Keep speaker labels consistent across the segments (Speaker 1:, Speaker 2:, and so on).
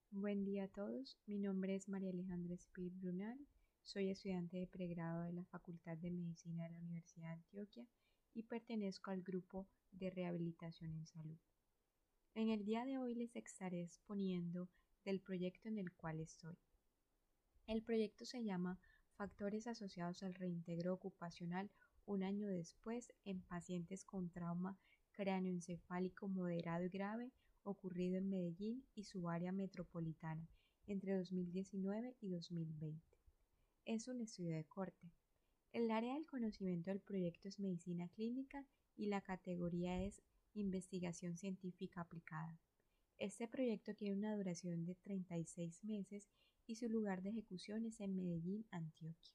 Speaker 1: Buen día a todos, mi nombre es María Alejandra Espí Brunal, soy estudiante de pregrado de la Facultad de Medicina de la Universidad de Antioquia y pertenezco al grupo de rehabilitación en salud. En el día de hoy les estaré exponiendo del proyecto en el cual estoy. El proyecto se llama Factores asociados al reintegro ocupacional un año después en pacientes con trauma cráneoencefálico moderado y grave ocurrido en Medellín y su área metropolitana entre 2019 y 2020. Es un estudio de corte. El área del conocimiento del proyecto es medicina clínica y la categoría es investigación científica aplicada. Este proyecto tiene una duración de 36 meses y su lugar de ejecución es en Medellín, Antioquia.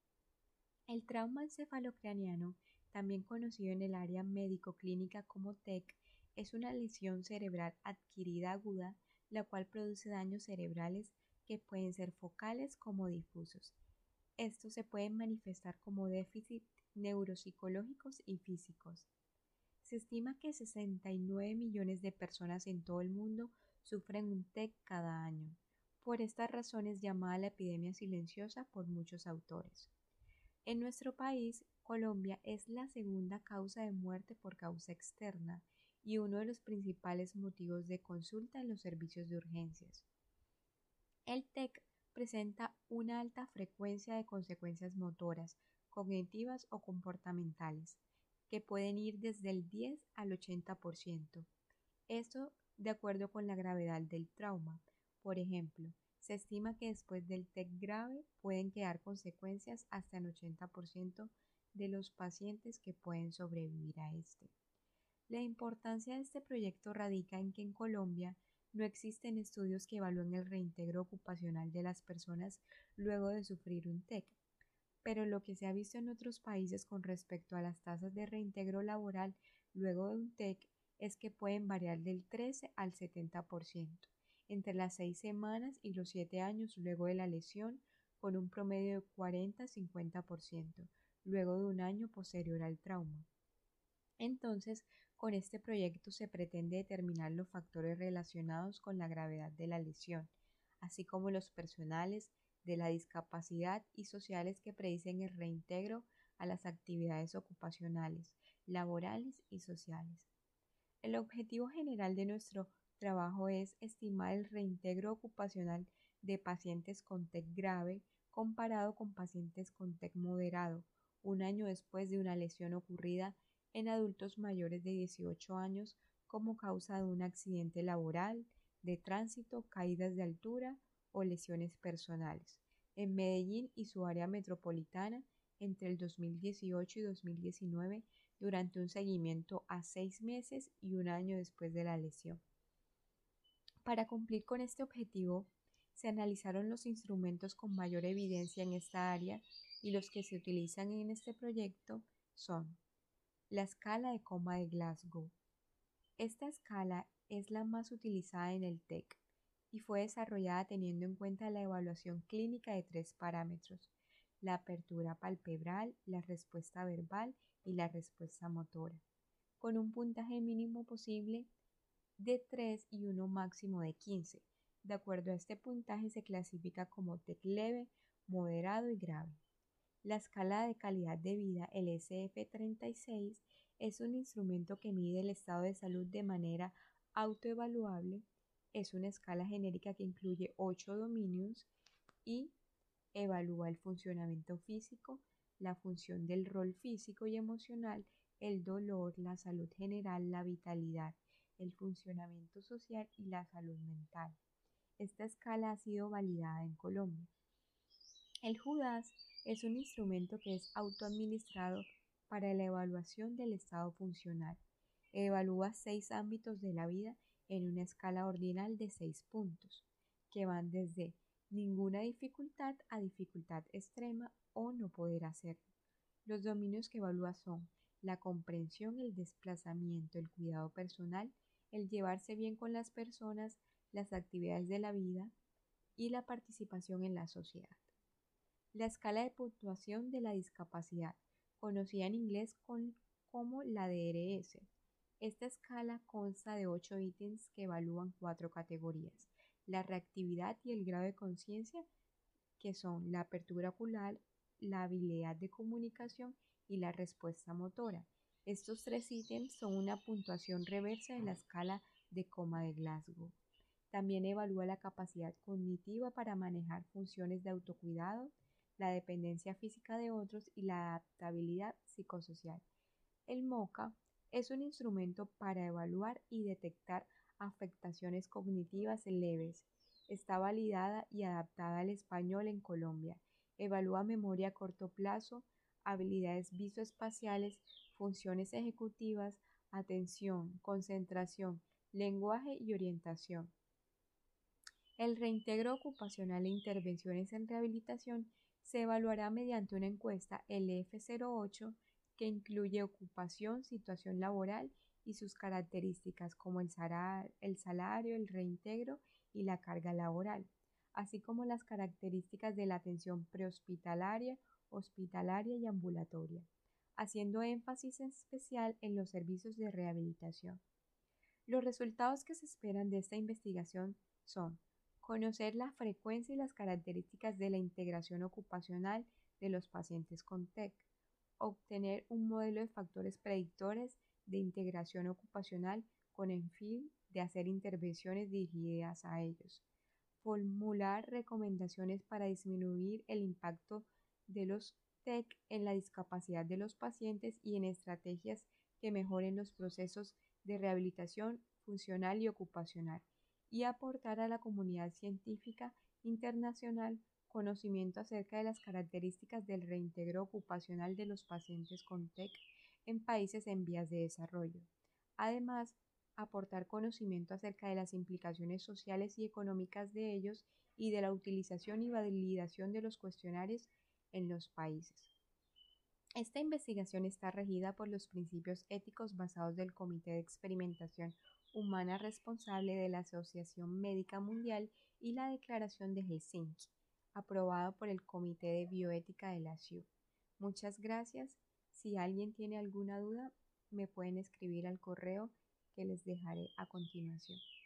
Speaker 1: El trauma encefalocraneano, también conocido en el área médico-clínica como TEC, es una lesión cerebral adquirida aguda, la cual produce daños cerebrales que pueden ser focales como difusos. Estos se pueden manifestar como déficit neuropsicológicos y físicos. Se estima que 69 millones de personas en todo el mundo sufren un TEC cada año. Por estas razones llamada la epidemia silenciosa por muchos autores. En nuestro país, Colombia es la segunda causa de muerte por causa externa y uno de los principales motivos de consulta en los servicios de urgencias. El TEC presenta una alta frecuencia de consecuencias motoras, cognitivas o comportamentales, que pueden ir desde el 10 al 80%. Esto de acuerdo con la gravedad del trauma. Por ejemplo, se estima que después del TEC grave pueden quedar consecuencias hasta el 80% de los pacientes que pueden sobrevivir a este. La importancia de este proyecto radica en que en Colombia no existen estudios que evalúen el reintegro ocupacional de las personas luego de sufrir un TEC, pero lo que se ha visto en otros países con respecto a las tasas de reintegro laboral luego de un TEC es que pueden variar del 13 al 70% entre las 6 semanas y los 7 años luego de la lesión, con un promedio de 40-50% luego de un año posterior al trauma. Entonces, con este proyecto se pretende determinar los factores relacionados con la gravedad de la lesión, así como los personales, de la discapacidad y sociales que predicen el reintegro a las actividades ocupacionales, laborales y sociales. El objetivo general de nuestro trabajo es estimar el reintegro ocupacional de pacientes con TEC grave comparado con pacientes con TEC moderado, un año después de una lesión ocurrida en adultos mayores de 18 años como causa de un accidente laboral, de tránsito, caídas de altura o lesiones personales, en Medellín y su área metropolitana entre el 2018 y 2019 durante un seguimiento a 6 meses y un año después de la lesión. Para cumplir con este objetivo, se analizaron los instrumentos con mayor evidencia en esta área y los que se utilizan en este proyecto son la escala de coma de Glasgow. Esta escala es la más utilizada en el TEC y fue desarrollada teniendo en cuenta la evaluación clínica de 3 parámetros: la apertura palpebral, la respuesta verbal y la respuesta motora, con un puntaje mínimo posible de 3 y uno máximo de 15. De acuerdo a este puntaje se clasifica como TEC leve, moderado y grave. La escala de calidad de vida, el SF36, es un instrumento que mide el estado de salud de manera autoevaluable. Es una escala genérica que incluye 8 dominios y evalúa el funcionamiento físico, la función del rol físico y emocional, el dolor, la salud general, la vitalidad, el funcionamiento social y la salud mental. Esta escala ha sido validada en Colombia. El JUDAS es un instrumento que es autoadministrado para la evaluación del estado funcional. Evalúa 6 ámbitos de la vida en una escala ordinal de 6 puntos, que van desde ninguna dificultad a dificultad extrema o no poder hacerlo. Los dominios que evalúa son la comprensión, el desplazamiento, el cuidado personal, el llevarse bien con las personas, las actividades de la vida y la participación en la sociedad. La escala de puntuación de la discapacidad, conocida en inglés como la DRS. Esta escala consta de 8 ítems que evalúan 4 categorías: la reactividad y el grado de conciencia, que son la apertura ocular, la habilidad de comunicación y la respuesta motora. Estos tres ítems son una puntuación reversa de la escala de coma de Glasgow. También evalúa la capacidad cognitiva para manejar funciones de autocuidado, la dependencia física de otros y la adaptabilidad psicosocial. El MoCA es un instrumento para evaluar y detectar afectaciones cognitivas leves. Está validada y adaptada al español en Colombia. Evalúa memoria a corto plazo, habilidades visoespaciales, funciones ejecutivas, atención, concentración, lenguaje y orientación. El reintegro ocupacional e intervenciones en rehabilitación se evaluará mediante una encuesta LF08 que incluye ocupación, situación laboral y sus características como el salario, el reintegro y la carga laboral, así como las características de la atención prehospitalaria, hospitalaria y ambulatoria, haciendo énfasis especial en los servicios de rehabilitación. Los resultados que se esperan de esta investigación son conocer la frecuencia y las características de la integración ocupacional de los pacientes con TEC, obtener un modelo de factores predictores de integración ocupacional con el fin de hacer intervenciones dirigidas a ellos, formular recomendaciones para disminuir el impacto de los TEC en la discapacidad de los pacientes y en estrategias que mejoren los procesos de rehabilitación funcional y ocupacional, y aportar a la comunidad científica internacional conocimiento acerca de las características del reintegro ocupacional de los pacientes con TEC en países en vías de desarrollo. Además, aportar conocimiento acerca de las implicaciones sociales y económicas de ellos y de la utilización y validación de los cuestionarios en los países. Esta investigación está regida por los principios éticos basados del Comité de Experimentación Humana Responsable de la Asociación Médica Mundial y la Declaración de Helsinki, aprobado por el Comité de Bioética de la SIU. Muchas gracias. Si alguien tiene alguna duda, me pueden escribir al correo que les dejaré a continuación.